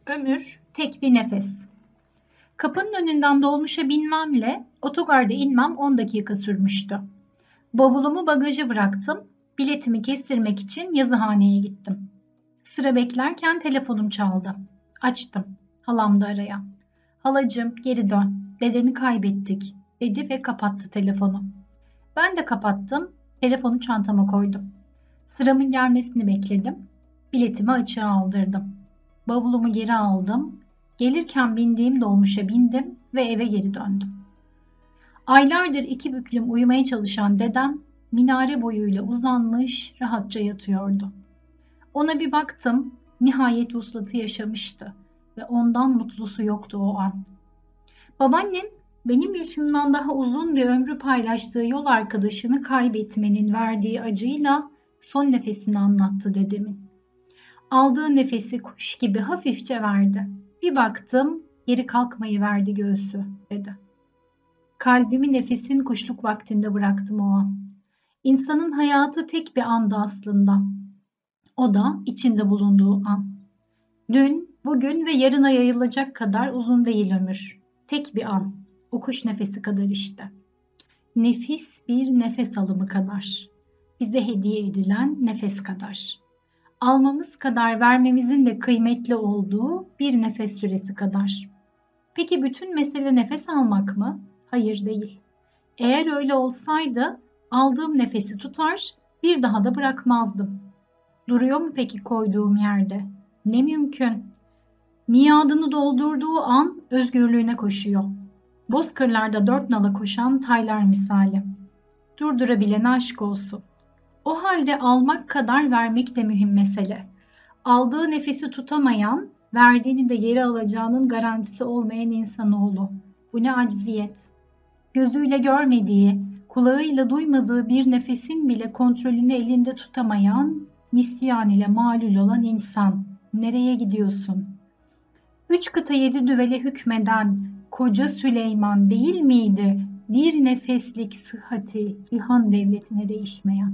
Ömür tek bir nefes. Kapının önünden dolmuşa binmemle otogarda inmem 10 dakika sürmüştü. Bavulumu bagaja bıraktım. Biletimi kestirmek için yazıhaneye gittim. Sıra beklerken telefonum çaldı. Açtım. Halam da arayan. Halacığım geri dön. Dedeni kaybettik dedi ve kapattı telefonu. Ben de kapattım. Telefonu çantama koydum. Sıramın gelmesini bekledim. Biletimi açığa aldırdım. Bavulumu geri aldım. Gelirken bindiğim dolmuşa bindim ve eve geri döndüm. Aylardır iki büklüm uyumaya çalışan dedem minare boyuyla uzanmış rahatça yatıyordu. Ona bir baktım, nihayet vuslatı yaşamıştı ve ondan mutlusu yoktu o an. Babaannem benim yaşımdan daha uzun bir ömrü paylaştığı yol arkadaşını kaybetmenin verdiği acıyla son nefesini anlattı dedemin. Aldığı nefesi kuş gibi hafifçe verdi. Bir baktım, geri kalkmayı verdi göğsü, dedi. Kalbimi nefesin kuşluk vaktinde bıraktım o an. İnsanın hayatı tek bir anda aslında. O da içinde bulunduğu an. Dün, bugün ve yarına yayılacak kadar uzun değil ömür. Tek bir an. O kuş nefesi kadar işte. Nefis bir nefes alımı kadar. Bize hediye edilen nefes kadar. Almamız kadar vermemizin de kıymetli olduğu bir nefes süresi kadar. Peki bütün mesele nefes almak mı? Hayır değil. Eğer öyle olsaydı aldığım nefesi tutar, bir daha da bırakmazdım. Duruyor mu peki koyduğum yerde? Ne mümkün. Miadını doldurduğu an özgürlüğüne koşuyor. Bozkırlarda dört nala koşan taylar misali. Durdurabilene aşk olsun. O halde almak kadar vermek de mühim mesele. Aldığı nefesi tutamayan, verdiğini de geri alacağının garantisi olmayan insanoğlu. Bu ne acziyet. Gözüyle görmediği, kulağıyla duymadığı bir nefesin bile kontrolünü elinde tutamayan, nisyan ile malul olan insan. Nereye gidiyorsun? 3 kıta 7 düvele hükmeden koca Süleyman değil miydi bir nefeslik sıhhati cihan devletine değişmeyen?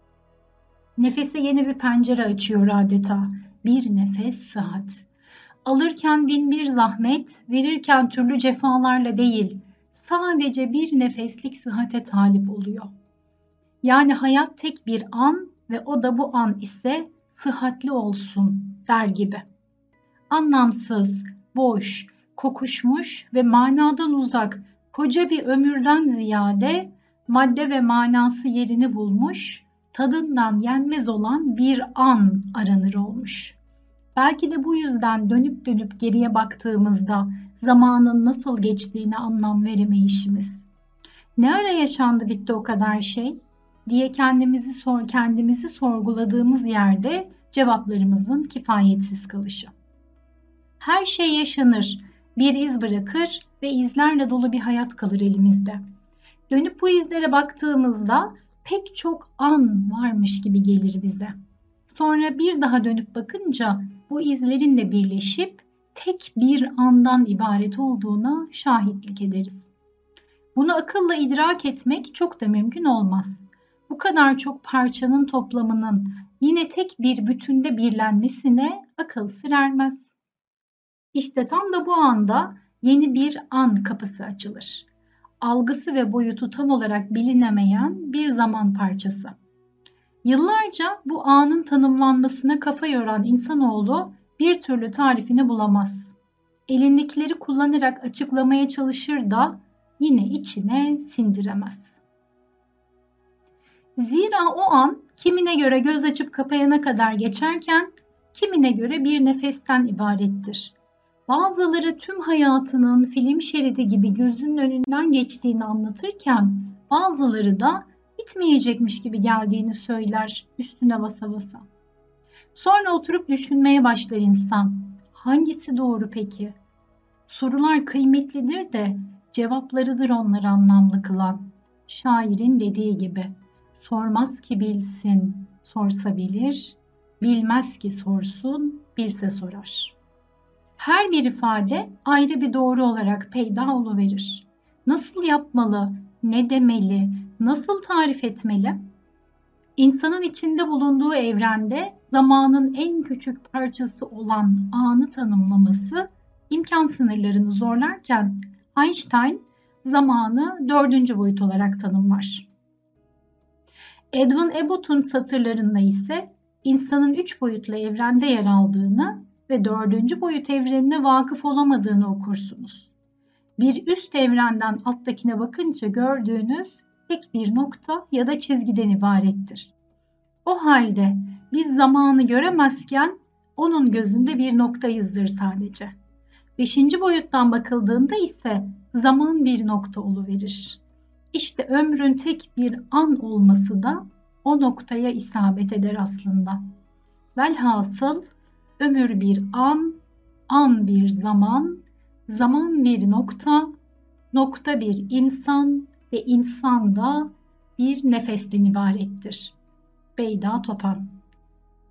Nefese yeni bir pencere açıyor adeta. Bir nefes sıhhat. Alırken bin bir zahmet, verirken türlü cefalarla değil, sadece bir nefeslik sıhhate talip oluyor. Yani hayat tek bir an ve o da bu an ise sıhhatli olsun der gibi. Anlamsız, boş, kokuşmuş ve manadan uzak koca bir ömürden ziyade madde ve manası yerini bulmuş, tadından yenmez olan bir an aranır olmuş. Belki de bu yüzden dönüp dönüp geriye baktığımızda zamanın nasıl geçtiğine anlam veremeyişimiz. Ne ara yaşandı bitti o kadar şey diye kendimizi sorguladığımız yerde cevaplarımızın kifayetsiz kalışı. Her şey yaşanır, bir iz bırakır ve izlerle dolu bir hayat kalır elimizde. Dönüp bu izlere baktığımızda pek çok an varmış gibi gelir bize. Sonra bir daha dönüp bakınca bu izlerin de birleşip tek bir andan ibaret olduğuna şahitlik ederiz. Bunu akılla idrak etmek çok da mümkün olmaz. Bu kadar çok parçanın toplamının yine tek bir bütünde birlenmesine akıl sır ermez. İşte tam da bu anda yeni bir an kapısı açılır. Algısı ve boyutu tam olarak bilinemeyen bir zaman parçası. Yıllarca bu anın tanımlanmasına kafa yoran insanoğlu bir türlü tarifini bulamaz. Elindekileri kullanarak açıklamaya çalışır da yine içine sindiremez. Zira o an kimine göre göz açıp kapayana kadar geçerken kimine göre bir nefesten ibarettir. Bazıları tüm hayatının film şeridi gibi gözünün önünden geçtiğini anlatırken bazıları da bitmeyecekmiş gibi geldiğini söyler üstüne basa basa. Sonra oturup düşünmeye başlar insan. Hangisi doğru peki? Sorular kıymetlidir de cevaplarıdır onları anlamlı kılan. Şairin dediği gibi sormaz ki bilsin, sorsa bilir, bilmez ki sorsun, bilse sorar. Her bir ifade ayrı bir doğru olarak peyda oluverir. Nasıl yapmalı, ne demeli, nasıl tarif etmeli? İnsanın içinde bulunduğu evrende zamanın en küçük parçası olan anı tanımlaması imkan sınırlarını zorlarken Einstein zamanı 4. boyut olarak tanımlar. Edwin Abbott'un satırlarında ise insanın 3 boyutlu evrende yer aldığını ve 4. boyut evrenine vakıf olamadığını okursunuz. Bir üst evrenden alttakine bakınca gördüğünüz tek bir nokta ya da çizgiden ibarettir. O halde biz zamanı göremezken onun gözünde bir noktayızdır sadece. 5. boyuttan bakıldığında ise zaman bir nokta oluverir. İşte ömrün tek bir an olması da o noktaya isabet eder aslında. Velhasıl ömür bir an, an bir zaman, zaman bir nokta, nokta bir insan ve insan da bir nefesten ibarettir. Beyda Topan.